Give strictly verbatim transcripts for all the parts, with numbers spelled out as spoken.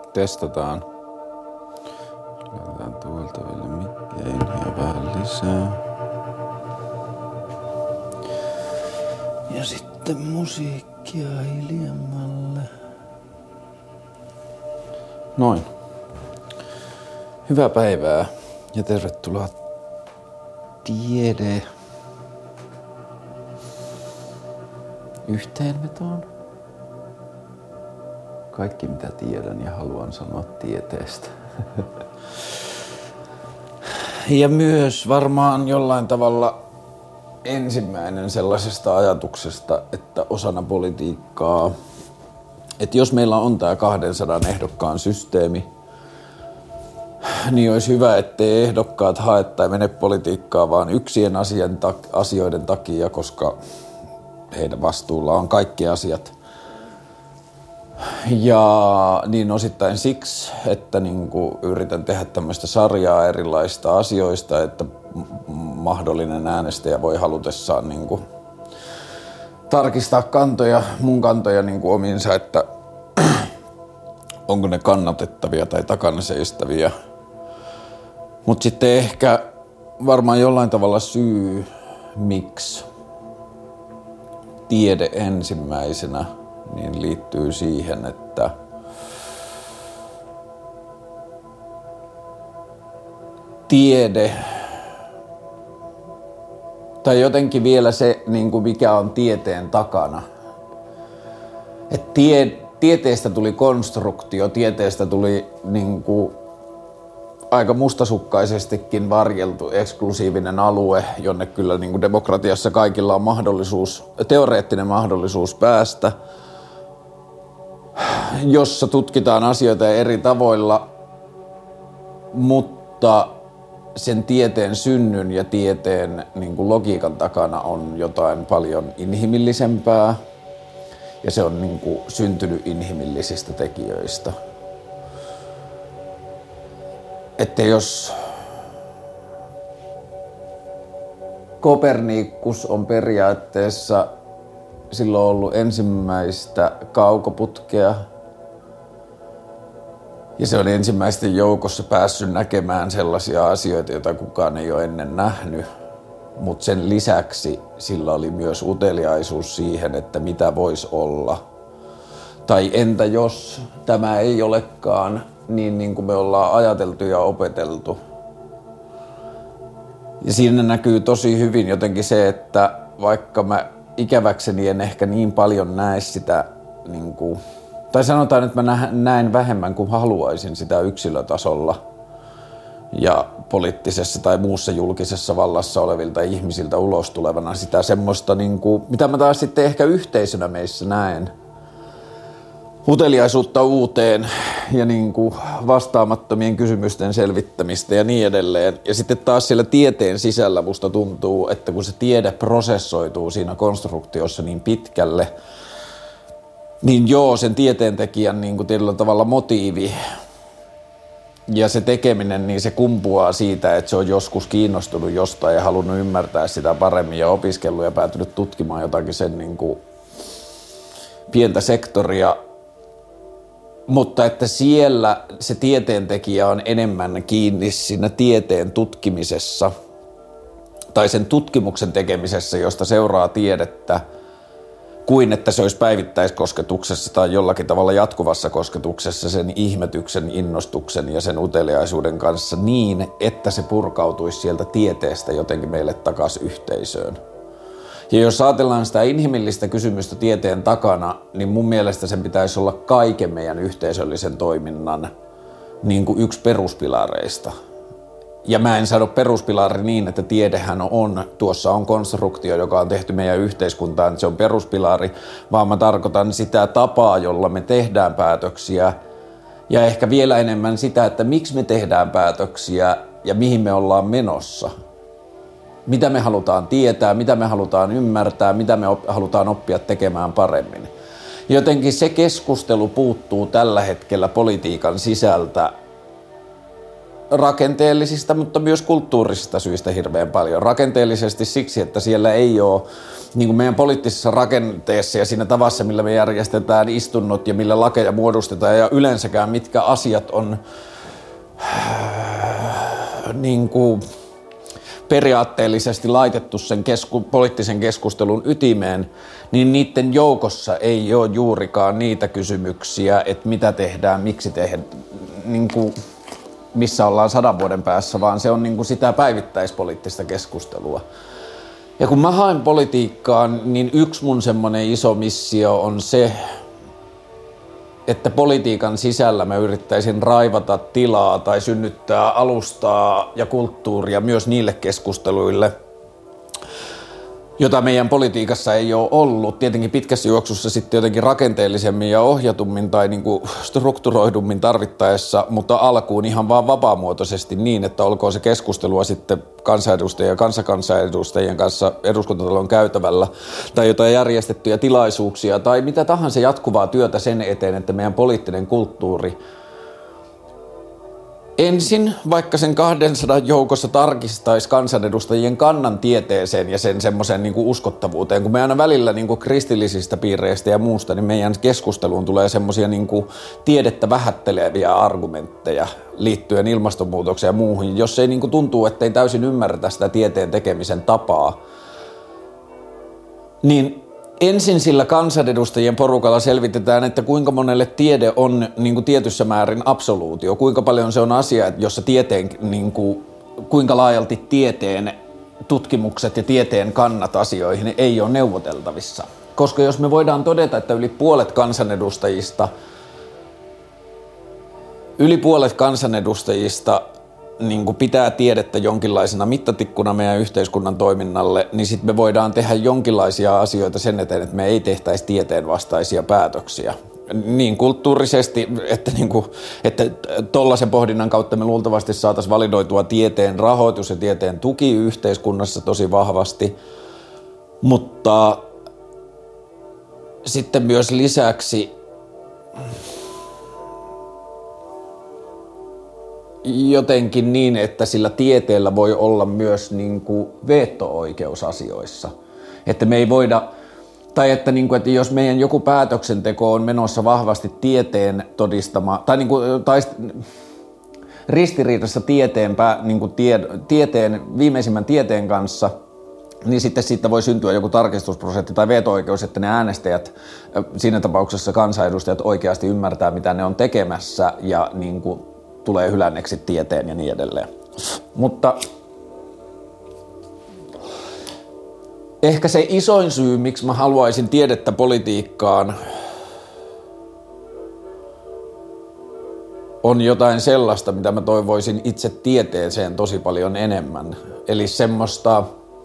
Testataan. Laitetaan tuolta vielä mikkeihin ja vähän lisää. Ja sitten musiikkia hiljemmalle. Noin. Hyvää päivää ja tervetuloa tiede yhteenvetoon. Kaikki mitä tiedän ja haluan sanoa tieteestä. Ja myös varmaan jollain tavalla ensimmäinen sellaisesta ajatuksesta, että osana politiikkaa, että jos meillä on tämä kahdensadan ehdokkaan systeemi, niin olisi hyvä, ettei ehdokkaat hae tai mene politiikkaa vaan yksien asian, asioiden takia, koska heidän vastuulla on kaikki asiat. Ja niin osittain siksi, että niin kuin yritän tehdä tämmöistä sarjaa erilaisista asioista, että mahdollinen äänestäjä voi halutessaan niin kuin tarkistaa kantoja, mun kantoja niin kuin omiinsa, että onko ne kannatettavia tai takana seistäviä. Mutta sitten ehkä varmaan jollain tavalla syy, miksi tiede ensimmäisenä, niin liittyy siihen, että tiede, tai jotenkin vielä se, niin kuin mikä on tieteen takana. Että tie, tieteestä tuli konstruktio, tieteestä tuli niin kuin aika mustasukkaisestikin varjeltu eksklusiivinen alue, jonne kyllä niin kuin demokratiassa kaikilla on mahdollisuus, teoreettinen mahdollisuus päästä, jossa tutkitaan asioita eri tavoilla, mutta sen tieteen synnyn ja tieteen niin kuin logiikan takana on jotain paljon inhimillisempää, ja se on niin kuin syntynyt inhimillisistä tekijöistä. Että jos Kopernikus on periaatteessa silloin ollut ensimmäistä kaukoputkea ja se on ensimmäisten joukossa päässyt näkemään sellaisia asioita, joita kukaan ei ole ennen nähnyt, mutta sen lisäksi sillä oli myös uteliaisuus siihen, että mitä voisi olla. Tai entä jos tämä ei olekaan niin, niin kuin me ollaan ajateltu ja opeteltu. Ja siinä näkyy tosi hyvin jotenkin se, että vaikka mä ikäväkseni en ehkä niin paljon näe sitä, niin kuin, tai sanotaan, että mä näen vähemmän kuin haluaisin sitä yksilötasolla ja poliittisessa tai muussa julkisessa vallassa olevilta ihmisiltä ulos tulevana sitä semmoista, niin kuin, mitä mä taas sitten ehkä yhteisönä meissä näen. Uteliaisuutta uuteen ja niin kuin vastaamattomien kysymysten selvittämistä ja niin edelleen. Ja sitten taas siellä tieteen sisällä musta tuntuu, että kun se tiede prosessoituu siinä konstruktiossa niin pitkälle, niin joo, sen tieteentekijän niin kuin tietyllä tavalla motiivi ja se tekeminen, niin se kumpuaa siitä, että se on joskus kiinnostunut jostain ja halunnut ymmärtää sitä paremmin ja opiskellut ja päätynyt tutkimaan jotakin sen niin kuin pientä sektoria. Mutta että siellä se tieteentekijä on enemmän kiinni siinä tieteen tutkimisessa tai sen tutkimuksen tekemisessä, josta seuraa tiedettä, kuin että se olisi päivittäiskosketuksessa tai jollakin tavalla jatkuvassa kosketuksessa sen ihmetyksen, innostuksen ja sen uteliaisuuden kanssa niin, että se purkautuisi sieltä tieteestä jotenkin meille takaisin yhteisöön. Ja jos ajatellaan sitä inhimillistä kysymystä tieteen takana, niin mun mielestä sen pitäisi olla kaiken meidän yhteisöllisen toiminnan niin kuin yksi peruspilareista. Ja mä en sano peruspilari niin, että tiedehän on, tuossa on konstruktio, joka on tehty meidän yhteiskuntaan, että se on peruspilari, vaan mä tarkoitan sitä tapaa, jolla me tehdään päätöksiä ja ehkä vielä enemmän sitä, että miksi me tehdään päätöksiä ja mihin me ollaan menossa. Mitä me halutaan tietää, mitä me halutaan ymmärtää, mitä me op- halutaan oppia tekemään paremmin. Jotenkin se keskustelu puuttuu tällä hetkellä politiikan sisältä rakenteellisista, mutta myös kulttuurisista syistä hirveän paljon. Rakenteellisesti siksi, että siellä ei ole niin kuin meidän poliittisessa rakenteessa ja siinä tavassa, millä me järjestetään istunnot ja millä lakeja muodostetaan ja yleensäkään mitkä asiat on niin kuin periaatteellisesti laitettu sen kesku, poliittisen keskustelun ytimeen, niin niiden joukossa ei ole juurikaan niitä kysymyksiä, että mitä tehdään, miksi tehdään, niin kuin missä ollaan sadan vuoden päässä, vaan se on niin kuin sitä päivittäispoliittista keskustelua. Ja kun mä haen politiikkaan, niin yksi mun semmoinen iso missio on se, että politiikan sisällä mä yrittäisin raivata tilaa tai synnyttää alustaa ja kulttuuria myös niille keskusteluille, jota meidän politiikassa ei ole ollut. Tietenkin pitkässä juoksussa sitten jotenkin rakenteellisemmin ja ohjatummin tai niinku strukturoidummin tarvittaessa, mutta alkuun ihan vaan vapaamuotoisesti niin, että olkoon se keskustelua sitten kansanedustajien ja kansakansanedustajien kanssa eduskuntatalon käytävällä tai jotain järjestettyjä tilaisuuksia tai mitä tahansa jatkuvaa työtä sen eteen, että meidän poliittinen kulttuuri ensin, vaikka sen kahdensadan joukossa tarkistaisi kansanedustajien kannan tieteeseen ja sen semmoisen niin kuin uskottavuuteen, kun me aina välillä niin kuin kristillisistä piireistä ja muusta, niin meidän keskusteluun tulee semmoisia niin kuin tiedettä vähätteleviä argumentteja liittyen ilmastonmuutokseen ja muuhun, jos ei niin kuin tuntuu, että ei täysin ymmärretä sitä tieteen tekemisen tapaa, niin ensin sillä kansanedustajien porukalla selvitetään, että kuinka monelle tiede on niin kuin tietyssä määrin absoluutio, kuinka paljon se on asia, jossa tieteen, niin kuin, kuinka laajalti tieteen tutkimukset ja tieteen kannat asioihin ei ole neuvoteltavissa. Koska jos me voidaan todeta, että yli puolet kansanedustajista, yli puolet kansanedustajista niin kuin pitää tiedettä jonkinlaisena mittatikkuna meidän yhteiskunnan toiminnalle, niin sitten me voidaan tehdä jonkinlaisia asioita sen eteen, että me ei tehtäisi tieteen vastaisia päätöksiä. Niin kulttuurisesti, että, niin kuin, että tollaisen pohdinnan kautta me luultavasti saataisiin validoitua tieteen rahoitus ja tieteen tuki yhteiskunnassa tosi vahvasti, mutta sitten myös lisäksi jotenkin niin, että sillä tieteellä voi olla myös niin kuin veto-oikeus asioissa. Että me ei voida, tai että, niin kuin, että jos meidän joku päätöksenteko on menossa vahvasti tieteen todistama, tai, niin kuin, tai ristiriidassa tieteen, niin kuin tie, tieteen, viimeisimmän tieteen kanssa, niin sitten siitä voi syntyä joku tarkistusprosentti tai veto-oikeus, että ne äänestäjät, siinä tapauksessa kansanedustajat oikeasti ymmärtää, mitä ne on tekemässä ja niin kuin tulee hylänneeksi tieteen ja niin edelleen. Mutta ehkä se isoin syy, miksi mä haluaisin tiedettä politiikkaan, on jotain sellaista, mitä mä toivoisin itse tieteeseen tosi paljon enemmän. Eli semmoista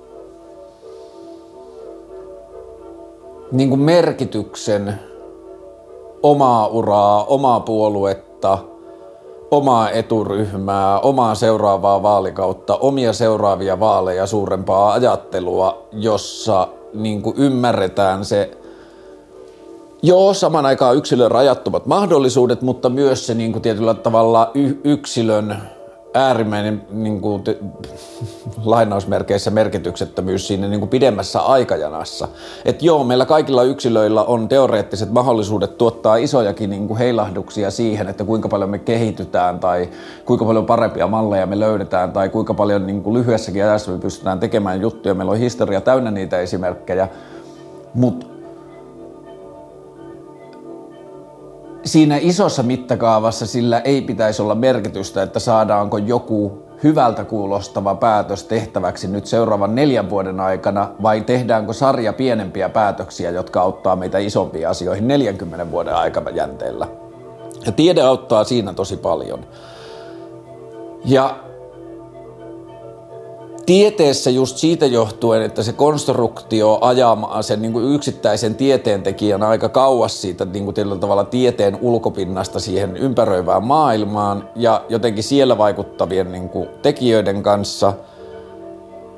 niin kuin merkityksen, omaa uraa, omaa puoluetta, omaa eturyhmää, omaa seuraavaa vaalikautta, omia seuraavia vaaleja, suurempaa ajattelua, jossa niin kuin ymmärretään se, joo, saman aikaan yksilön rajattomat mahdollisuudet, mutta myös se niin kuin tietyllä tavalla y- yksilön äärimmäinen niin kuin te, lainausmerkeissä merkityksettömyys siinä niin kuin pidemmässä aikajanassa. Että joo, meillä kaikilla yksilöillä on teoreettiset mahdollisuudet tuottaa isojakin niin kuin heilahduksia siihen, että kuinka paljon me kehitytään tai kuinka paljon parempia malleja me löydetään tai kuinka paljon niin kuin lyhyessäkin ajassa me pystytään tekemään juttuja. Meillä on historia täynnä niitä esimerkkejä, mutta siinä isossa mittakaavassa sillä ei pitäisi olla merkitystä, että saadaanko joku hyvältä kuulostava päätös tehtäväksi nyt seuraavan neljän vuoden aikana vai tehdäänkö sarja pienempiä päätöksiä, jotka auttaa meitä isompiin asioihin neljänkymmenen vuoden aikajänteellä. Ja tiede auttaa siinä tosi paljon. Ja tieteessä just siitä johtuen, että se konstruktio ajamaa sen niin kuin yksittäisen tieteentekijän aika kauas siitä niin kuin tietyllä tavalla tieteen ulkopinnasta siihen ympäröivään maailmaan ja jotenkin siellä vaikuttavien niin kuin tekijöiden kanssa,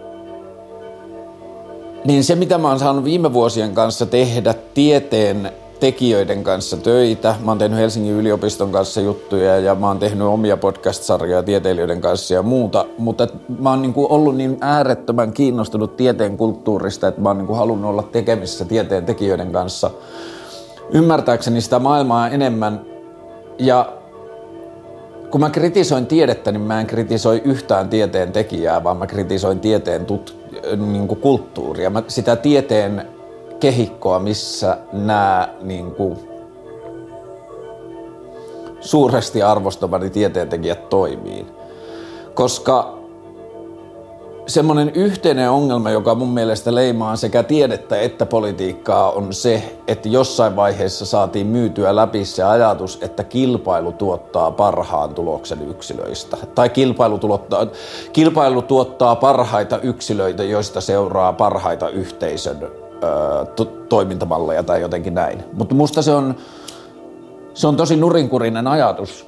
niin se mitä mä oon saanut viime vuosien kanssa tehdä tieteen tekijöiden kanssa töitä. Mä oon tehnyt Helsingin yliopiston kanssa juttuja ja mä oon tehnyt omia podcast-sarjoja tieteilijöiden kanssa ja muuta, mutta mä oon niinku ollut niin äärettömän kiinnostunut tieteen kulttuurista, että mä oon niinku halunnut olla tekemisissä tieteen tekijöiden kanssa ymmärtääkseni sitä maailmaa enemmän. Ja kun mä kritisoin tiedettä, niin mä en kritisoi yhtään tieteen tekijää, vaan mä kritisoin tieteen tut- niinku kulttuuria, mä, sitä tieteen kehikkoa, missä nämä niin kuin, suuresti arvostamani tieteentekijät toimii. Koska semmoinen yhteinen ongelma, joka mun mielestä leimaa sekä tiedettä että politiikkaa, on se, että jossain vaiheessa saatiin myytyä läpi se ajatus, että kilpailu tuottaa parhaan tuloksen yksilöistä. Tai kilpailu tuottaa, kilpailu tuottaa parhaita yksilöitä, joista seuraa parhaita yhteisön To- toimintamalleja tai jotenkin näin. Mutta musta se on, se on tosi nurinkurinen ajatus,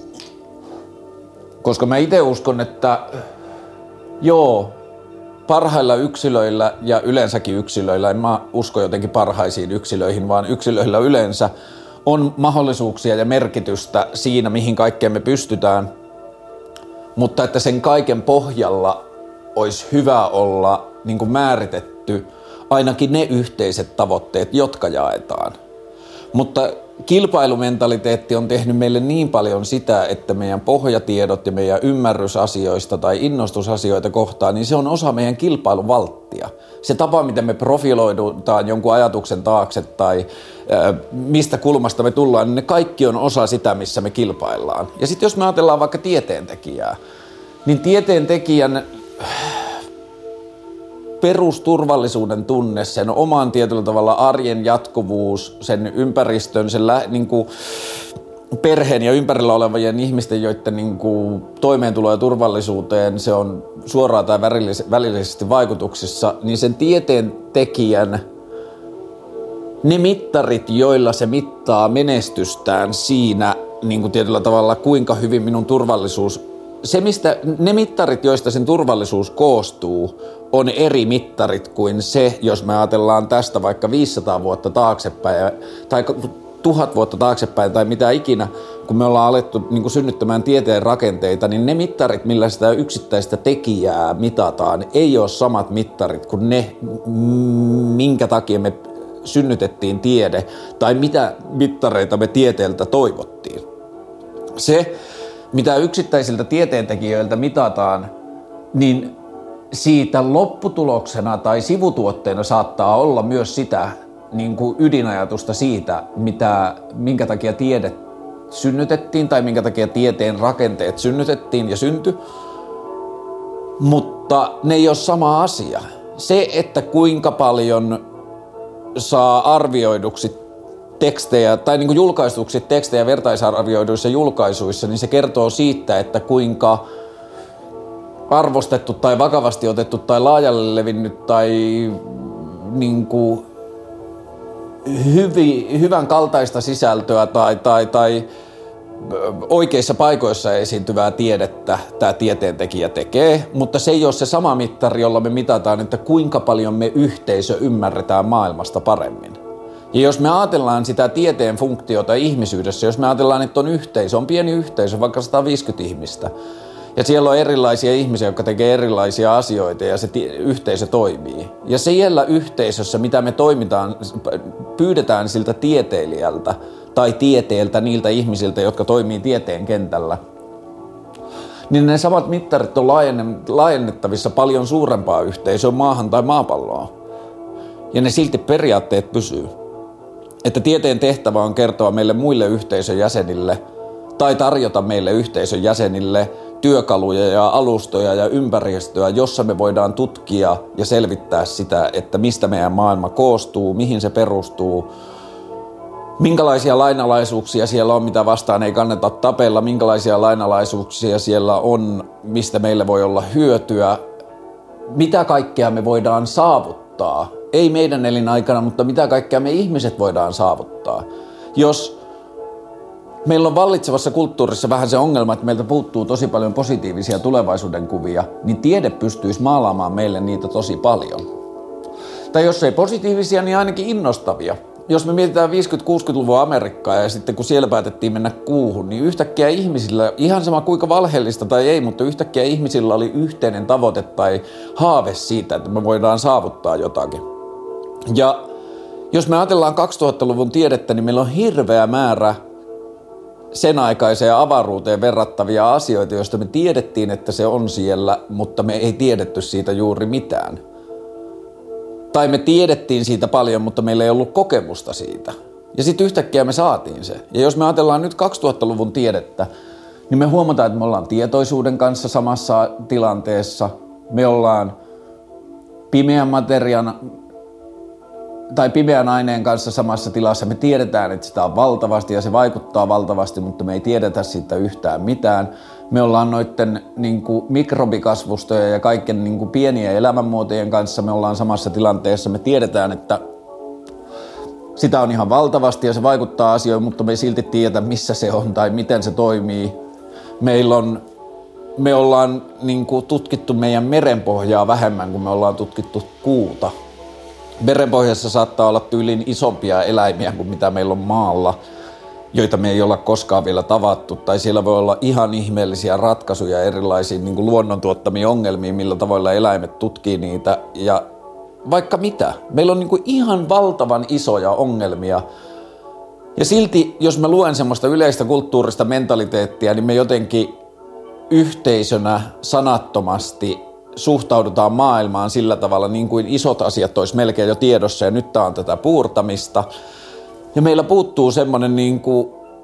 koska mä itse uskon, että joo, parhailla yksilöillä ja yleensäkin yksilöillä, en mä usko jotenkin parhaisiin yksilöihin, vaan yksilöillä yleensä on mahdollisuuksia ja merkitystä siinä, mihin kaikkeen me pystytään, mutta että sen kaiken pohjalla olisi hyvä olla niin kuin määritetty ainakin ne yhteiset tavoitteet, jotka jaetaan. Mutta kilpailumentaliteetti on tehnyt meille niin paljon sitä, että meidän pohjatiedot ja meidän ymmärrys asioista tai innostusasioita kohtaan, niin se on osa meidän kilpailuvalttia. Se tapa, miten me profiloidutaan jonkun ajatuksen taakse tai äh, mistä kulmasta me tullaan, niin ne kaikki on osa sitä, missä me kilpaillaan. Ja sitten jos me ajatellaan vaikka tieteentekijää, niin tieteentekijän perusturvallisuuden tunne, sen oman tietyllä tavalla arjen jatkuvuus, sen ympäristön, sen lä- niin kuin perheen ja ympärillä olevien ihmisten, joiden niin kuin toimeentulo ja turvallisuuteen se on suoraan tai välillisesti vaikutuksissa, niin sen tieteen tekijän ne mittarit, joilla se mittaa menestystään siinä niin kuin tietyllä tavalla, kuinka hyvin minun turvallisuus, se mistä, ne mittarit, joista sen turvallisuus koostuu, on eri mittarit kuin se, jos me ajatellaan tästä vaikka viisisataa vuotta taaksepäin tai tuhat vuotta taaksepäin tai mitä ikinä, kun me ollaan alettu niin kuin synnyttämään tieteen rakenteita, niin ne mittarit, millä sitä yksittäistä tekijää mitataan, ei ole samat mittarit kuin ne, minkä takia me synnytettiin tiede tai mitä mittareita me tieteeltä toivottiin. Se, mitä yksittäisiltä tieteentekijöiltä mitataan, niin siitä lopputuloksena tai sivutuotteena saattaa olla myös sitä niin kuin ydinajatusta siitä, mitä, minkä takia tiede synnytettiin tai minkä takia tieteen rakenteet synnytettiin ja syntyi, mutta ne ei ole sama asia. Se, että kuinka paljon saa arvioiduksi tekstejä tai niin kuin julkaistuksi tekstejä vertaisarvioiduissa julkaisuissa, niin se kertoo siitä, että kuinka arvostettu tai vakavasti otettu tai laajalle levinnyt tai niin kuin hyvi, hyvän kaltaista sisältöä tai, tai, tai oikeissa paikoissa esiintyvää tiedettä tämä tieteentekijä tekee, mutta se ei ole se sama mittari, jolla me mitataan, että kuinka paljon me yhteisö ymmärretään maailmasta paremmin. Ja jos me ajatellaan sitä tieteen funktiota ihmisyydessä, jos me ajatellaan, että on yhteisö, on pieni yhteisö, vaikka sata viisikymmentä ihmistä, ja siellä on erilaisia ihmisiä, jotka tekee erilaisia asioita ja se t- yhteisö toimii. Ja siellä yhteisössä, mitä me toimitaan, pyydetään siltä tieteilijältä tai tieteeltä niiltä ihmisiltä, jotka toimii tieteen kentällä, niin ne samat mittarit on laajennettavissa paljon suurempaa yhteisöä maahan tai maapalloon. Ja ne silti periaatteet pysyy. Että tieteen tehtävä on kertoa meille muille yhteisön jäsenille tai tarjota meille yhteisön jäsenille työkaluja ja alustoja ja ympäristöä, jossa me voidaan tutkia ja selvittää sitä, että mistä meidän maailma koostuu, mihin se perustuu, minkälaisia lainalaisuuksia siellä on, mitä vastaan ei kannata tapella, minkälaisia lainalaisuuksia siellä on, mistä meille voi olla hyötyä, mitä kaikkea me voidaan saavuttaa. Ei meidän elinaikana, mutta mitä kaikkea me ihmiset voidaan saavuttaa. Jos meillä on vallitsevassa kulttuurissa vähän se ongelma, että meiltä puuttuu tosi paljon positiivisia tulevaisuuden kuvia, niin tiede pystyisi maalaamaan meille niitä tosi paljon. Tai jos ei positiivisia, niin ainakin innostavia. jos me mietitään viisikymmentä-kuusikymmentäluvun Amerikkaa ja sitten kun siellä päätettiin mennä kuuhun, niin yhtäkkiä ihmisillä, ihan sama kuinka valheellista tai ei, mutta yhtäkkiä ihmisillä oli yhteinen tavoite tai haave siitä, että me voidaan saavuttaa jotakin. Ja jos me ajatellaan kaksituhattaluvun tiedettä, niin meillä on hirveä määrä sen aikaiseen avaruuteen verrattavia asioita, joista me tiedettiin, että se on siellä, mutta me ei tiedetty siitä juuri mitään. Tai me tiedettiin siitä paljon, mutta meillä ei ollut kokemusta siitä. Ja sitten yhtäkkiä me saatiin se. Ja jos me ajatellaan nyt kaksituhattaluvun tiedettä, niin me huomataan, että me ollaan tietoisuuden kanssa samassa tilanteessa. Me ollaan pimeän materiaan tai pimeän aineen kanssa samassa tilassa. Me tiedetään, että sitä on valtavasti ja se vaikuttaa valtavasti, mutta me ei tiedetä siitä yhtään mitään. Me ollaan noitten niin kuin mikrobikasvustojen ja kaiken niin kuin pienien elämänmuotojen kanssa. Me ollaan samassa tilanteessa. Me tiedetään, että sitä on ihan valtavasti ja se vaikuttaa asioihin, mutta me ei silti tiedä, missä se on tai miten se toimii. Meillä on, me ollaan niin kuin tutkittu meidän merenpohjaa vähemmän kuin me ollaan tutkittu kuuta. Merenpohjassa saattaa olla tyylin isompia eläimiä kuin mitä meillä on maalla, joita me ei olla koskaan vielä tavattu. Tai siellä voi olla ihan ihmeellisiä ratkaisuja erilaisiin niin kuin luonnon tuottamiin ongelmiin, millä tavoilla eläimet tutkii niitä ja vaikka mitä. Meillä on niin kuin ihan valtavan isoja ongelmia. Ja silti, jos mä luen semmoista yleistä kulttuurista mentaliteettia, niin me jotenkin yhteisönä sanattomasti suhtaudutaan maailmaan sillä tavalla, niin kuin isot asiat olisi melkein jo tiedossa, ja nyt tää on tätä puurtamista. Ja meillä puuttuu semmoinen niin kuin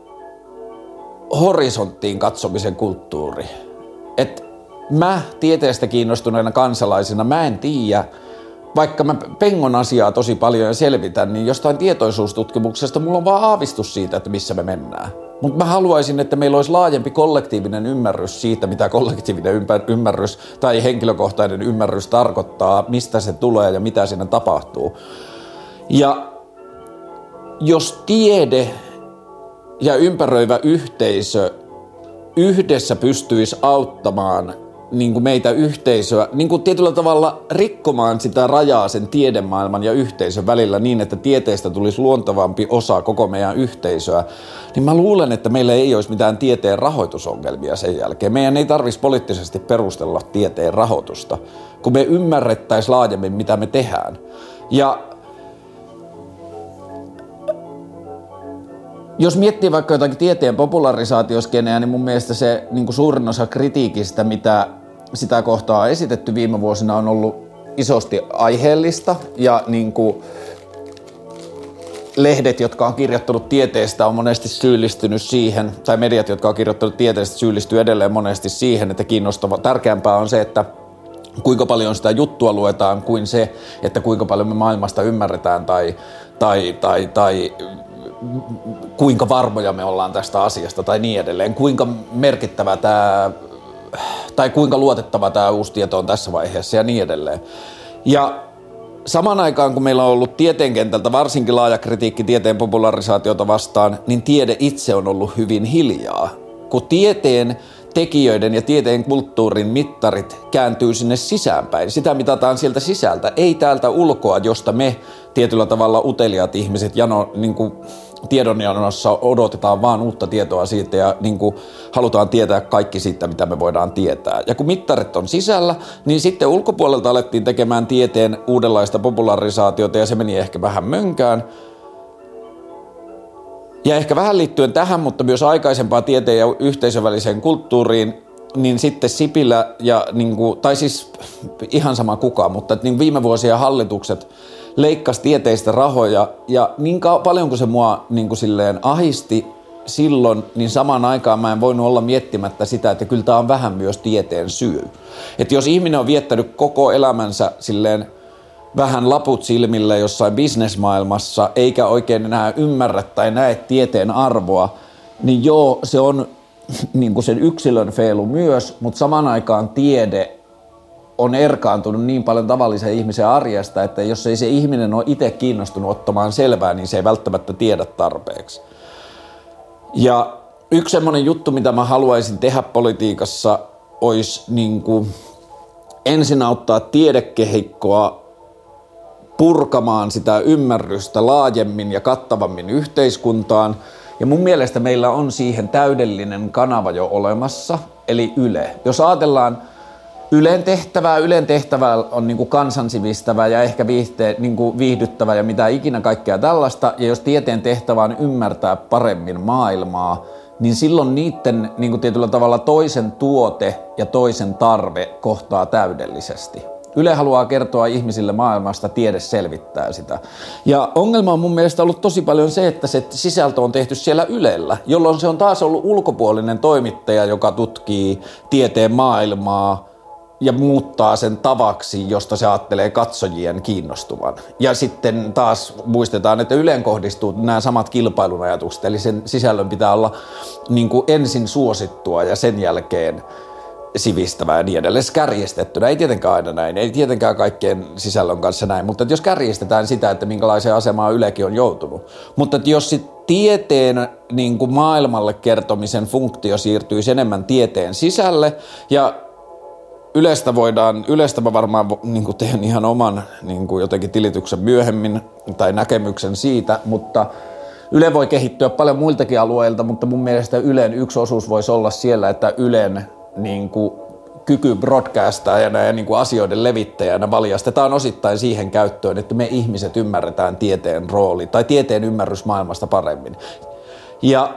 horisonttiin katsomisen kulttuuri. Että mä tieteestä kiinnostuneena kansalaisena, mä en tiedä, vaikka mä pengon asiaa tosi paljon ja selvitän, niin jostain tietoisuustutkimuksesta mulla on vaan aavistus siitä, että missä me mennään. Mutta mä haluaisin, että meillä olisi laajempi kollektiivinen ymmärrys siitä, mitä kollektiivinen ymmärrys tai henkilökohtainen ymmärrys tarkoittaa, mistä se tulee ja mitä siinä tapahtuu. Ja jos tiede ja ympäröivä yhteisö yhdessä pystyisi auttamaan niin kuin meitä yhteisöä, niin kuin tietyllä tavalla rikkomaan sitä rajaa sen tiedemaailman ja yhteisön välillä niin, että tieteestä tulisi luontevampi osa koko meidän yhteisöä, niin mä luulen, että meillä ei olisi mitään tieteen rahoitusongelmia sen jälkeen. Meidän ei tarvitsisi poliittisesti perustella tieteen rahoitusta, kun me ymmärrettäisiin laajemmin, mitä me tehdään. Ja jos miettii vaikka jotakin tieteen popularisaatioskeneä, niin mun mielestä se niin kuin suurin osa kritiikistä, mitä sitä kohtaa on esitetty viime vuosina, on ollut isosti aiheellista. Ja niin kuin lehdet, jotka on kirjoittanut tieteestä, on monesti syyllistynyt siihen, tai mediat, jotka on kirjoittanut tieteestä, syyllistyy edelleen monesti siihen, että kiinnostava, tärkeämpää on se, että kuinka paljon sitä juttua luetaan, kuin se, että kuinka paljon me maailmasta ymmärretään tai, tai, tai, tai kuinka varmoja me ollaan tästä asiasta tai niin edelleen, kuinka merkittävä tämä tai kuinka luotettava tämä uusi tieto on tässä vaiheessa ja niin edelleen. Ja samaan aikaan, kun meillä on ollut tieteen kentältä varsinkin laaja kritiikki tieteen popularisaatiota vastaan, niin tiede itse on ollut hyvin hiljaa. Kun tieteen tekijöiden ja tieteen kulttuurin mittarit kääntyy sinne sisäänpäin, sitä mitataan sieltä sisältä, ei täältä ulkoa, josta me tietyllä tavalla uteliaat ihmiset jano, niin kuin tiedonjanossa odotetaan vaan uutta tietoa siitä ja niin kuin halutaan tietää kaikki siitä, mitä me voidaan tietää. Ja kun mittarit on sisällä, niin sitten ulkopuolelta alettiin tekemään tieteen uudenlaista popularisaatiota ja se meni ehkä vähän mönkään. Ja ehkä vähän liittyen tähän, mutta myös aikaisempaan tieteen ja yhteisön väliseen kulttuuriin, niin sitten Sipilä ja, niin kuin, tai siis ihan sama kuka, mutta niin viime vuosien hallitukset leikkasi tieteistä rahoja ja niin paljon kuin se mua niin kuin silleen ahisti silloin, niin samaan aikaan mä en voinut olla miettimättä sitä, että kyllä tämä on vähän myös tieteen syy. Että jos ihminen on viettänyt koko elämänsä silleen vähän laput silmillä jossain bisnesmaailmassa, eikä oikein enää ymmärrä tai näe tieteen arvoa, niin joo, se on niin kuin sen yksilön feilu myös, mutta samaan aikaan tiede on erkaantunut niin paljon tavallisen ihmisen arjesta, että jos ei se ihminen ole itse kiinnostunut ottamaan selvää, niin se ei välttämättä tiedä tarpeeksi. Ja yksi semmoinen juttu, mitä mä haluaisin tehdä politiikassa, olisi niin kuin ensin auttaa tiedekehikkoa purkamaan sitä ymmärrystä laajemmin ja kattavammin yhteiskuntaan. Ja mun mielestä meillä on siihen täydellinen kanava jo olemassa, eli Yle. Jos ajatellaan Ylen tehtävää, Ylen tehtävä on niin kuin kansansivistävä ja ehkä viihte, niin kuin viihdyttävä ja mitä ikinä kaikkea tällaista. Ja jos tieteen tehtävä on ymmärtää paremmin maailmaa, niin silloin niiden niin kuin tietyllä tavalla toisen tuote ja toisen tarve kohtaa täydellisesti. Yle haluaa kertoa ihmisille maailmasta, tiede selvittää sitä. Ja ongelma on mun mielestä ollut tosi paljon se, että se sisältö on tehty siellä Ylellä, jolloin se on taas ollut ulkopuolinen toimittaja, joka tutkii tieteen maailmaa ja muuttaa sen tavaksi, josta se ajattelee katsojien kiinnostuvan. Ja sitten taas muistetaan, että Yleen kohdistuu nämä samat kilpailun ajatukset, eli sen sisällön pitää olla niin kuin ensin suosittua ja sen jälkeen sivistävää ja niin edelleen kärjistettynä. Ei tietenkään aina näin, ei tietenkään kaikkien sisällön kanssa näin, mutta jos kärjistetään sitä, että minkälaiseen asemaan Ylekin on joutunut. Mutta jos sit tieteen niin kuin maailmalle kertomisen funktio siirtyisi enemmän tieteen sisälle ja Ylestä voidaan, Ylestä mä varmaan niin kuin teen ihan oman niin kuin jotenkin tilityksen myöhemmin tai näkemyksen siitä, mutta Yle voi kehittyä paljon muiltakin alueilta, mutta mun mielestä Ylen yksi osuus voisi olla siellä, että Ylen niin kuin kyky broadcastajana ja niin kuin asioiden levittäjänä valjastetaan osittain siihen käyttöön, että me ihmiset ymmärretään tieteen rooli tai tieteen ymmärrys maailmasta paremmin. Ja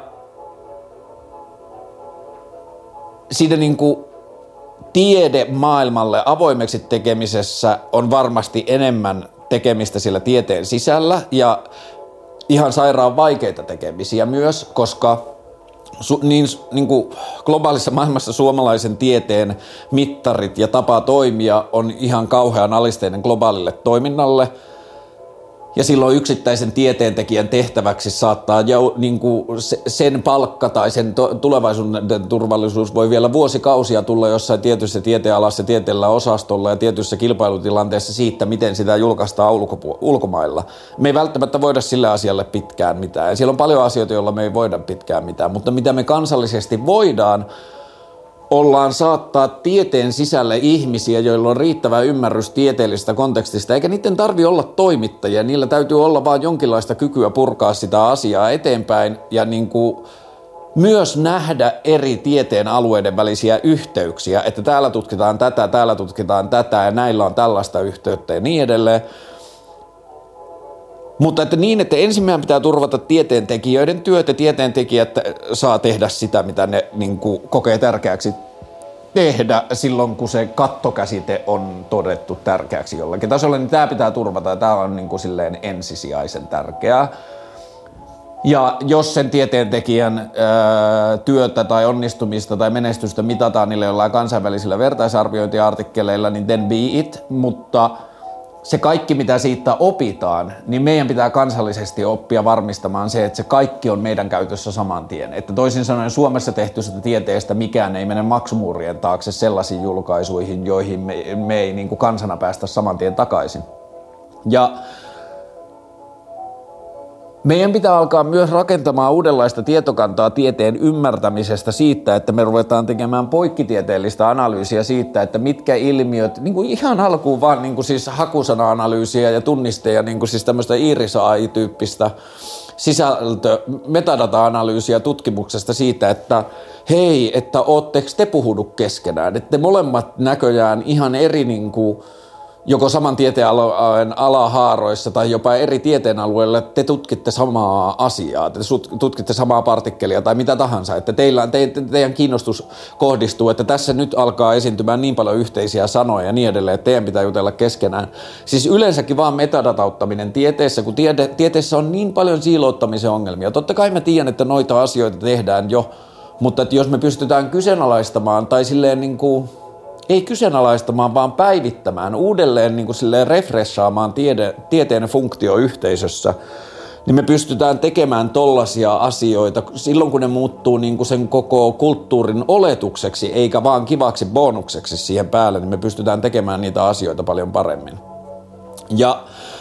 siinä niin kuin tiede maailmalle avoimeksi tekemisessä on varmasti enemmän tekemistä siellä tieteen sisällä ja ihan sairaan vaikeita tekemisiä myös, koska Su, niin, niin kuin globaalissa maailmassa suomalaisen tieteen mittarit ja tapa toimia on ihan kauhean alisteinen globaalille toiminnalle. Ja silloin yksittäisen tieteentekijän tehtäväksi saattaa jo, niin kuin sen palkka tai sen to, tulevaisuuden turvallisuus voi vielä vuosikausia tulla jossain tietyssä tieteenalassa, tieteellä osastolla ja tietyissä kilpailutilanteessa siitä, miten sitä julkaistaan ulkopu- ulkomailla. Me ei välttämättä voida sille asialle pitkään mitään. Ja siellä on paljon asioita, joilla me ei voida pitkään mitään, mutta mitä me kansallisesti voidaan, ollaan saattaa tieteen sisälle ihmisiä, joilla on riittävä ymmärrys tieteellisestä kontekstista, eikä niiden tarvi olla toimittajia, niillä täytyy olla vaan jonkinlaista kykyä purkaa sitä asiaa eteenpäin ja niin kuin myös nähdä eri tieteen alueiden välisiä yhteyksiä, että täällä tutkitaan tätä, täällä tutkitaan tätä ja näillä on tällaista yhteyttä ja niin edelleen. Mutta että niin, että ensimmäinen pitää turvata tieteentekijöiden työt ja tieteentekijät saa tehdä sitä, mitä ne niin kuin kokee tärkeäksi tehdä silloin, kun se kattokäsite on todettu tärkeäksi jollakin tasolla, niin tämä pitää turvata ja tämä on niin kuin silleen ensisijaisen tärkeää. Ja jos sen tieteentekijän ää, työtä tai onnistumista tai menestystä mitataan niillä jollain kansainvälisillä vertaisarviointiartikkeleilla, niin then be it, mutta se kaikki, mitä siitä opitaan, niin meidän pitää kansallisesti oppia varmistamaan se, että se kaikki on meidän käytössä saman tien. Että toisin sanoen Suomessa tehtystä tieteestä mikään ei mene maksumuurien taakse sellaisiin julkaisuihin, joihin me, me ei niin kuin kansana päästä saman tien takaisin. Ja meidän pitää alkaa myös rakentamaan uudenlaista tietokantaa tieteen ymmärtämisestä siitä, että me ruvetaan tekemään poikkitieteellistä analyysiä siitä, että mitkä ilmiöt, niin kuin ihan alkuun vaan niin kuin siis hakusana-analyysiä ja tunnisteja, niin kuin siis tämmöistä iris-A I-tyyppistä sisältö, metadata-analyysiä tutkimuksesta siitä, että hei, että ootteko te puhunut keskenään, että te molemmat näköjään ihan eri niin kuin joko saman tieteenalueen alahaaroissa tai jopa eri tieteenalueilla te tutkitte samaa asiaa, te tutkitte samaa partikkelia tai mitä tahansa, että teillä, te, te, teidän kiinnostus kohdistuu, että tässä nyt alkaa esiintymään niin paljon yhteisiä sanoja ja niin edelleen, että teidän pitää jutella keskenään. Siis yleensäkin vaan metadatauttaminen tieteessä, kun tiede, tieteessä on niin paljon siilouttamisen ongelmia. Totta kai mä tiedän, että noita asioita tehdään jo, mutta että jos me pystytään kyseenalaistamaan tai silleen niin kuin ei kyseenalaistamaan, vaan päivittämään, uudelleen niin kuin silleen refreshaamaan tiede, tieteen funktio yhteisössä, niin me pystytään tekemään tollaisia asioita silloin, kun ne muuttuu niin kuin sen koko kulttuurin oletukseksi, eikä vaan kivaksi bonukseksi siihen päälle, niin me pystytään tekemään niitä asioita paljon paremmin. Ja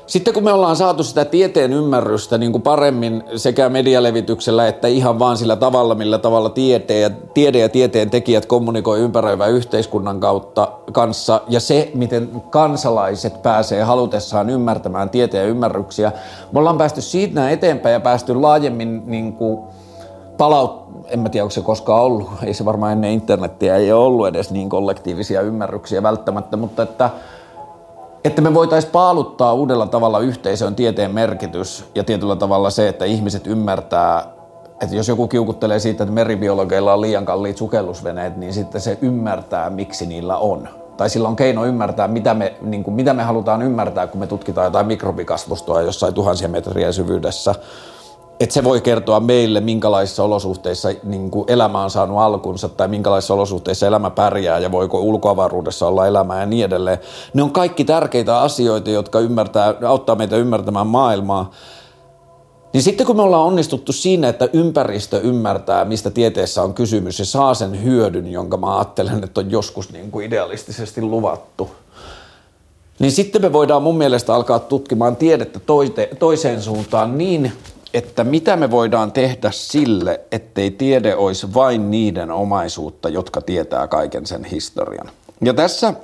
Sitten kun me ollaan saatu sitä tieteen ymmärrystä niin kuin paremmin sekä medialevityksellä että ihan vaan sillä tavalla, millä tavalla tiede ja, tiede ja tieteen tekijät kommunikoi ympäröivän yhteiskunnan kautta kanssa ja se, miten kansalaiset pääsee halutessaan ymmärtämään tieteen ymmärryksiä, me ollaan päästy siitä eteenpäin ja päästy laajemmin niin kuin palaut... En mä tiedä, onko se koskaan ollut, ei se varmaan ennen internettiä ei ole ollut edes niin kollektiivisia ymmärryksiä välttämättä, mutta että Että me voitaisiin paaluttaa uudella tavalla yhteisön tieteen merkitys ja tietyllä tavalla se, että ihmiset ymmärtää, että jos joku kiukuttelee siitä, että meribiologeilla on liian kalliit sukellusveneet, niin sitten se ymmärtää, miksi niillä on. Tai sillä on keino ymmärtää, mitä me, niin kuin, mitä me halutaan ymmärtää, kun me tutkitaan jotain mikrobikasvustoa jossain tuhansien metrien syvyydessä. Että se voi kertoa meille, minkälaisissa olosuhteissa niin kuin elämä on saanut alkunsa tai minkälaisissa olosuhteissa elämä pärjää ja voiko ulkoavaruudessa olla elämää ja niin edelleen. Ne on kaikki tärkeitä asioita, jotka ymmärtää, auttaa meitä ymmärtämään maailmaa. Niin sitten kun me ollaan onnistuttu siinä, että ympäristö ymmärtää, mistä tieteessä on kysymys ja saa sen hyödyn, jonka mä ajattelen, että on joskus niin kuin idealistisesti luvattu, niin sitten me voidaan mun mielestä alkaa tutkimaan tiedettä toiseen suuntaan niin, että mitä me voidaan tehdä sille, ettei tiede olisi vain niiden omaisuutta, jotka tietää kaiken sen historian. Ja tässä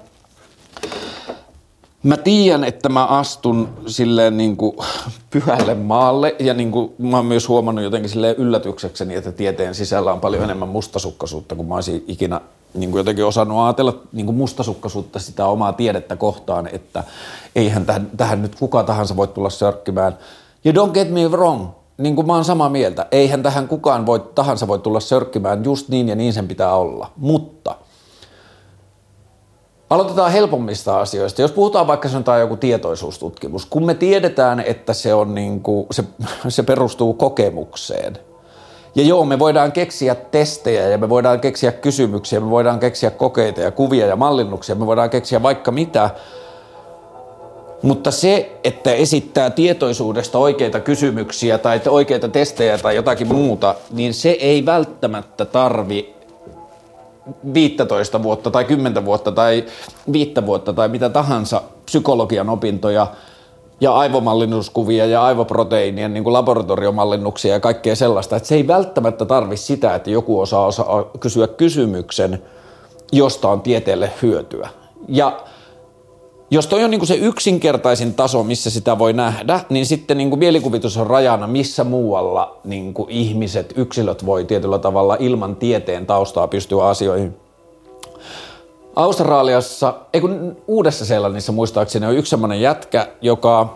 mä tiedän, että mä astun silleen niin kuin pyhälle maalle ja niin kuin mä oon myös huomannut jotenkin silleen yllätyksekseni, että tieteen sisällä on paljon enemmän mustasukkaisuutta, kun mä olisin ikinä niin kuin jotenkin osannut ajatella niin kuin mustasukkaisuutta sitä omaa tiedettä kohtaan, että eihän tähän, tähän nyt kuka tahansa voi tulla sörkkimään. Ja don't get me wrong. Niin kuin mä oon samaa mieltä, eihän tähän kukaan voi, tahansa voi tulla sörkkimään, just niin ja niin sen pitää olla, mutta aloitetaan helpommista asioista. Jos puhutaan vaikka sanotaan joku tietoisuustutkimus, kun me tiedetään, että se, on niin kuin, se, se perustuu kokemukseen. Ja joo, me voidaan keksiä testejä ja me voidaan keksiä kysymyksiä, me voidaan keksiä kokeita ja kuvia ja mallinnuksia, me voidaan keksiä vaikka mitä. Mutta se, että esittää tietoisuudesta oikeita kysymyksiä tai oikeita testejä tai jotakin muuta, niin se ei välttämättä tarvi viisitoista vuotta tai kymmentä vuotta tai viittä vuotta tai mitä tahansa psykologian opintoja ja aivomallinnuskuvia ja aivoproteiinien niin kuin laboratoriomallinnuksia ja kaikkea sellaista. Että se ei välttämättä tarvi sitä, että joku osaa, osaa kysyä kysymyksen, josta on tieteelle hyötyä. Ja jos toi on niin kuin se yksinkertaisin taso, missä sitä voi nähdä, niin sitten niin kuin mielikuvitus on rajana, missä muualla niin kuin ihmiset, yksilöt voi tietyllä tavalla ilman tieteen taustaa pystyä asioihin. Australiassa, ei kun Uudessa-Seelannissa muistaakseni on yksi semmoinen jätkä, joka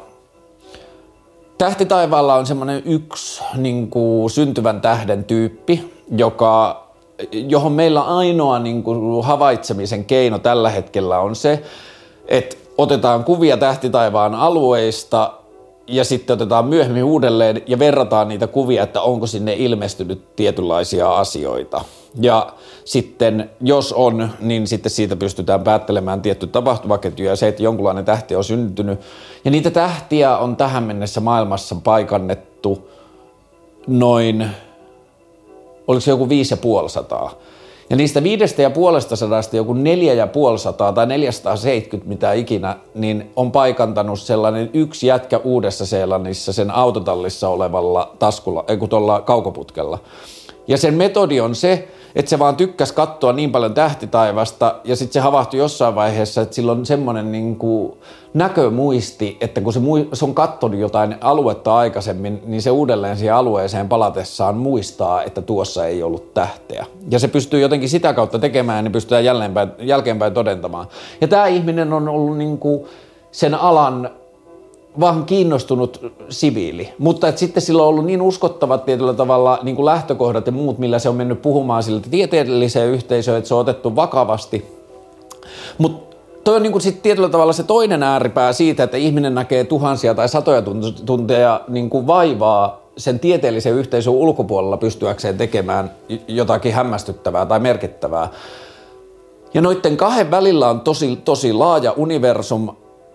tähtitaivaalla on semmoinen yksi niin kuin syntyvän tähden tyyppi, joka, johon meillä ainoa niin kuin havaitsemisen keino tällä hetkellä on se, että otetaan kuvia tähtitaivaan alueista ja sitten otetaan myöhemmin uudelleen ja verrataan niitä kuvia, että onko sinne ilmestynyt tietynlaisia asioita. Ja sitten jos on, niin sitten siitä pystytään päättelemään tietty tapahtumaketju ja se, että jonkunlainen tähti on syntynyt. Ja niitä tähtiä on tähän mennessä maailmassa paikannettu noin, oliko se joku viisi ja puoli sataa. Ja niistä viidestä ja puolesta sadasta joku neljä ja puoli sataa tai neljäsataaseitsemänkymmentä mitä ikinä, niin on paikantanut sellainen yksi jätkä Uudessa-Seelannissa sen autotallissa olevalla taskulla, ei kun tuolla kaukoputkella. Ja sen metodi on se, että se vaan tykkäsi katsoa niin paljon tähtitaivasta ja sitten se havahtui jossain vaiheessa, että sillä on semmoinen niin kuin näkömuisti, että kun se, mui, se on katsonut jotain aluetta aikaisemmin, niin se uudelleen siihen alueeseen palatessaan muistaa, että tuossa ei ollut tähteä. Ja se pystyy jotenkin sitä kautta tekemään, niin pystytään jälleenpäin, jälkeenpäin todentamaan. Ja tämä ihminen on ollut niin kuin sen alan vaan kiinnostunut siviili, mutta että sitten sillä on ollut niin uskottavat tietyllä tavalla niin kuin lähtökohdat ja muut, millä se on mennyt puhumaan sille tieteelliseen yhteisöön, että se on otettu vakavasti. Mutta toi on niin kuin sit tietyllä tavalla se toinen ääripää siitä, että ihminen näkee tuhansia tai satoja tunteja niin kuin vaivaa sen tieteellisen yhteisön ulkopuolella pystyäkseen tekemään jotakin hämmästyttävää tai merkittävää. Ja noitten kahden välillä on tosi, tosi laaja universum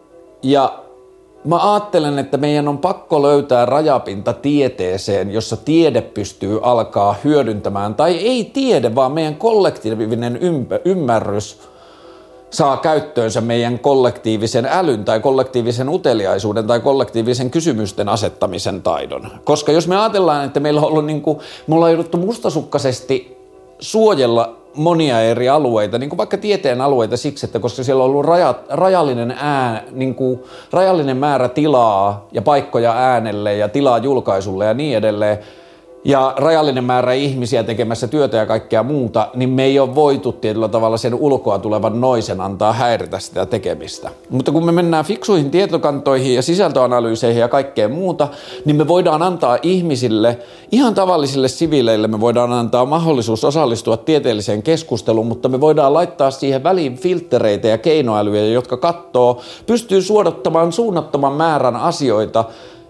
ja mä ajattelen, että meidän on pakko löytää rajapinta tieteeseen, jossa tiede pystyy alkaa hyödyntämään, tai ei tiede, vaan meidän kollektiivinen ympä, ymmärrys saa käyttöönsä meidän kollektiivisen älyn tai kollektiivisen uteliaisuuden tai kollektiivisen kysymysten asettamisen taidon. Koska jos me ajatellaan, että meillä on ollut niin kuin, me ollaan jouduttu mustasukkaisesti suojella monia eri alueita, niin kuin vaikka tieteen alueita siksi, että koska siellä on ollut rajat, rajallinen, ää, niin kuin, rajallinen määrä tilaa ja paikkoja äänelle ja tilaa julkaisulle ja niin edelleen, ja rajallinen määrä ihmisiä tekemässä työtä ja kaikkea muuta, niin me ei ole voitu tietyllä tavalla sen ulkoa tulevan noisen antaa häiritä sitä tekemistä. Mutta kun me mennään fiksuihin tietokantoihin ja sisältöanalyyseihin ja kaikkeen muuta, niin me voidaan antaa ihmisille, ihan tavallisille siviileille, me voidaan antaa mahdollisuus osallistua tieteelliseen keskusteluun, mutta me voidaan laittaa siihen väliin filtreitä ja keinoälyjä, jotka katsoo, pystyy suodattamaan suunnattoman määrän asioita,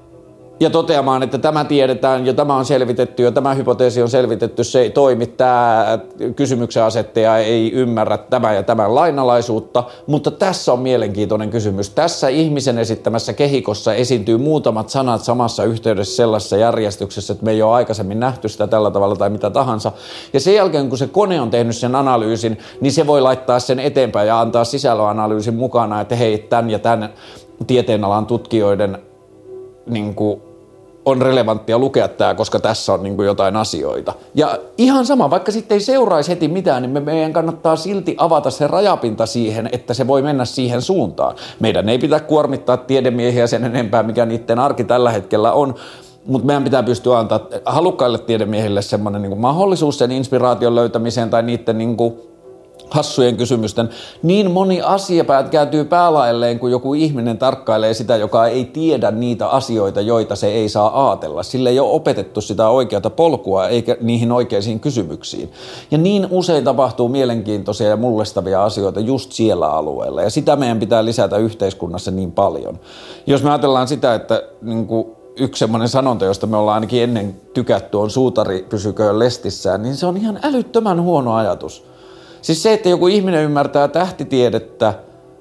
ja toteamaan, että tämä tiedetään ja tämä on selvitetty ja tämä hypoteesi on selvitetty, se ei toimi, tämä kysymyksen asettaja ei ymmärrä tämän ja tämän lainalaisuutta, mutta tässä on mielenkiintoinen kysymys. Tässä ihmisen esittämässä kehikossa esiintyy muutamat sanat samassa yhteydessä sellaisessa järjestyksessä, että me ei ole aikaisemmin nähty sitä tällä tavalla tai mitä tahansa. Ja sen jälkeen, kun se kone on tehnyt sen analyysin, niin se voi laittaa sen eteenpäin ja antaa sisällönanalyysin mukana, että hei, tämän ja tämän tieteenalan tutkijoiden niin kuin on relevanttia lukea tämä, koska tässä on niin kuin jotain asioita. Ja ihan sama, vaikka sitten ei seuraisi heti mitään, niin me meidän kannattaa silti avata se rajapinta siihen, että se voi mennä siihen suuntaan. Meidän ei pitää kuormittaa tiedemiehiä sen enempää, mikä niiden arki tällä hetkellä on, mutta meidän pitää pystyä antaa halukkaille tiedemiehille semmoinen niin kuin mahdollisuus sen inspiraation löytämiseen tai niiden niin kuin hassujen kysymysten. Niin moni asia kääntyy päälaelleen, kun joku ihminen tarkkailee sitä, joka ei tiedä niitä asioita, joita se ei saa aatella. Sille ei ole opetettu sitä oikeata polkua eikä niihin oikeisiin kysymyksiin. Ja niin usein tapahtuu mielenkiintoisia ja mullistavia asioita just siellä alueella. Ja sitä meidän pitää lisätä yhteiskunnassa niin paljon. Jos me ajatellaan sitä, että niin kuin yksi semmoinen sanonta, josta me ollaan ainakin ennen tykätty, on suutari pysyköön lestissään, niin se on ihan älyttömän huono ajatus. Siis se, että joku ihminen ymmärtää tähtitiedettä,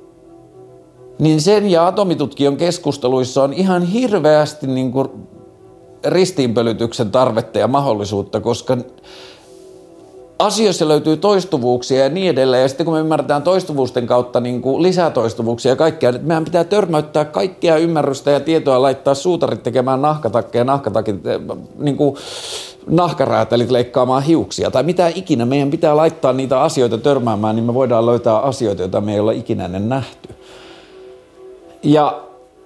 niin sen ja atomitutkijan keskusteluissa on ihan hirveästi niin kuin ristiinpölytyksen tarvetta ja mahdollisuutta, koska asioissa löytyy toistuvuuksia ja niin edelleen. Ja sitten kun me ymmärretään toistuvuusten kautta niin kuin lisätoistuvuuksia ja kaikkea, että meidän pitää törmäyttää kaikkea ymmärrystä ja tietoa, laittaa suutarit tekemään nahkatakkeja, nahkatakit, niin kuin nahkaräätälit leikkaamaan hiuksia tai mitä ikinä. Meidän pitää laittaa niitä asioita törmäämään, niin me voidaan löytää asioita, joita me ei olla ikinä ennen nähty. Ja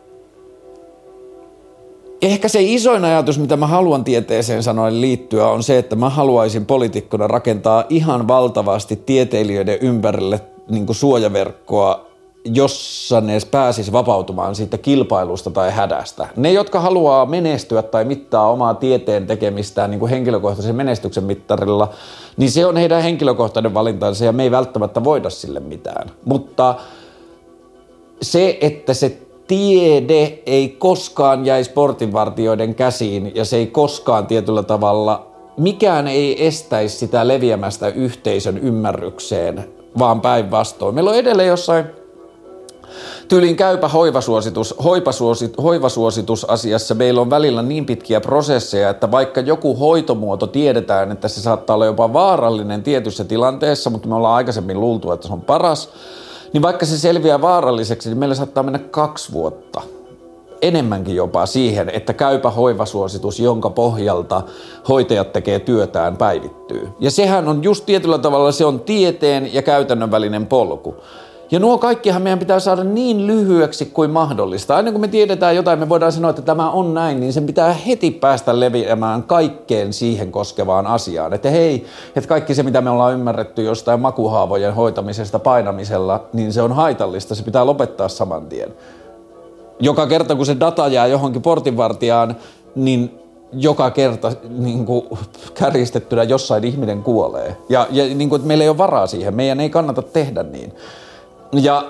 ehkä se isoin ajatus, mitä mä haluan tieteeseen sanoen liittyä, on se, että mä haluaisin poliitikkona rakentaa ihan valtavasti tieteilijöiden ympärille niin kuin suojaverkkoa, jossa ne pääsis vapautumaan siitä kilpailusta tai hädästä. Ne, jotka haluaa menestyä tai mittaa omaa tieteen tekemistään niin kuin henkilökohtaisen menestyksen mittarilla, niin se on heidän henkilökohtainen valintansa ja me ei välttämättä voida sille mitään. Mutta se, että se tiede ei koskaan jäisi portinvartijoiden käsiin ja se ei koskaan tietyllä tavalla, mikään ei estäisi sitä leviämästä yhteisön ymmärrykseen, vaan päinvastoin. Meillä on edelleen jossain tyylin käypä hoivasuositus, hoivasuosit, hoivasuositusasiassa meillä on välillä niin pitkiä prosesseja, että vaikka joku hoitomuoto tiedetään, että se saattaa olla jopa vaarallinen tietyssä tilanteessa, mutta me ollaan aikaisemmin luultu, että se on paras, niin vaikka se selviää vaaralliseksi, niin meillä saattaa mennä kaksi vuotta, enemmänkin jopa siihen, että käypä hoivasuositus, jonka pohjalta hoitajat tekee työtään, päivittyy. Ja sehän on just tietyllä tavalla, se on tieteen ja käytännön välinen polku. Ja nuo kaikkihan meidän pitää saada niin lyhyeksi kuin mahdollista. Aina kun me tiedetään jotain, me voidaan sanoa, että tämä on näin, niin sen pitää heti päästä leviämään kaikkeen siihen koskevaan asiaan. Että hei, että kaikki se, mitä me ollaan ymmärretty jostain makuhaavojen hoitamisesta painamisella, niin se on haitallista. Se pitää lopettaa saman tien. Joka kerta, kun se data jää johonkin portinvartijaan, niin joka kerta niin kuin kärjistettynä jossain ihminen kuolee. Ja, ja niin kuin, että meillä ei ole varaa siihen. Meidän ei kannata tehdä niin. Ja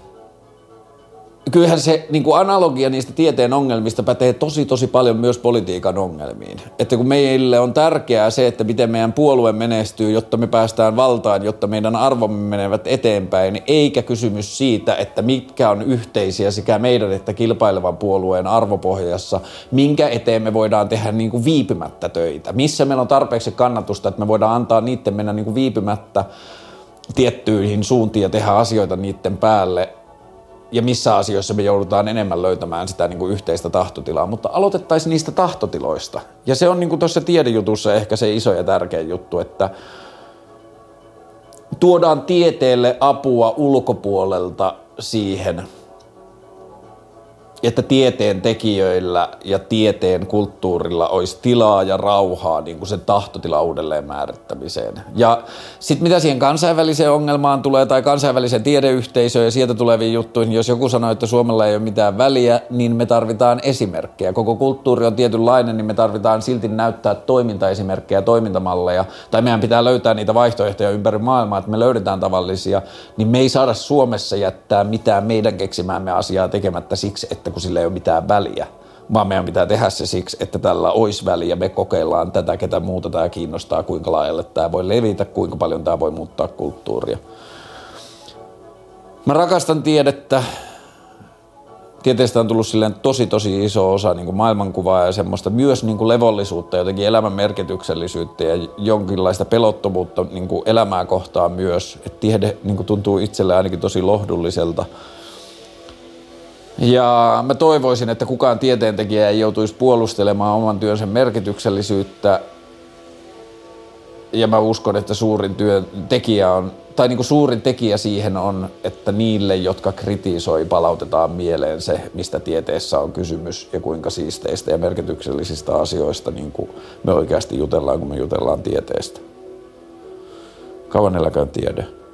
kyllähän se niin kuin analogia niistä tieteen ongelmista pätee tosi tosi paljon myös politiikan ongelmiin. Että kun meille on tärkeää se, että miten meidän puolue menestyy, jotta me päästään valtaan, jotta meidän arvomme menevät eteenpäin, eikä kysymys siitä, että mitkä on yhteisiä sekä meidän että kilpailevan puolueen arvopohjassa, minkä eteen me voidaan tehdä niin kuin viipymättä töitä. Missä meillä on tarpeeksi kannatusta, että me voidaan antaa niiden mennä niin kuin viipymättä tiettyihin suuntiin ja tehdä asioita niiden päälle ja missä asioissa me joudutaan enemmän löytämään sitä niin kuin yhteistä tahtotilaa, mutta aloitettaisiin niistä tahtotiloista. Ja se on niin kuin tuossa tiedejutussa ehkä se iso ja tärkeä juttu, että tuodaan tieteelle apua ulkopuolelta siihen, että tieteen tekijöillä ja tieteen kulttuurilla olisi tilaa ja rauhaa niin kuin sen tahtotilan uudelleen määrittämiseen. Ja sitten mitä siihen kansainväliseen ongelmaan tulee tai kansainväliseen tiedeyhteisöön ja sieltä tuleviin juttuihin, jos joku sanoo, että Suomella ei ole mitään väliä, niin me tarvitaan esimerkkejä. Koko kulttuuri on tietynlainen, niin me tarvitaan silti näyttää toimintaesimerkkejä, toimintamalleja, tai meidän pitää löytää niitä vaihtoehtoja ympäri maailmaa, että me löydetään tavallisia, niin me ei saada Suomessa jättää mitään meidän keksimäämme asiaa tekemättä siksi, että kun sillä ei ole mitään väliä, vaan meidän pitää tehdä se siksi, että tällä olisi väliä. Me kokeillaan tätä, ketä muuta tämä kiinnostaa, kuinka laajalle tämä voi levitä, kuinka paljon tämä voi muuttaa kulttuuria. Mä rakastan tiedettä. Tieteestä on tullut silleen tosi tosi iso osa niin kuin maailmankuvaa ja semmoista myös niin kuin levollisuutta, jotenkin elämän merkityksellisyyttä ja jonkinlaista pelottomuutta niin kuin elämää kohtaan myös. Et tiede niin kuin tuntuu itselle ainakin tosi lohdulliselta. Ja mä toivoisin, että kukaan tieteentekijä ei joutuisi puolustelemaan oman työnsä merkityksellisyyttä. Ja mä uskon, että suurin työn tekijä on, tai niin kuin suurin tekijä siihen on, että niille, jotka kritisoi, palautetaan mieleen se, mistä tieteessä on kysymys ja kuinka siisteistä ja merkityksellisistä asioista niin kuin me oikeasti jutellaan, kun me jutellaan tieteestä. Kauan eläköön tiede.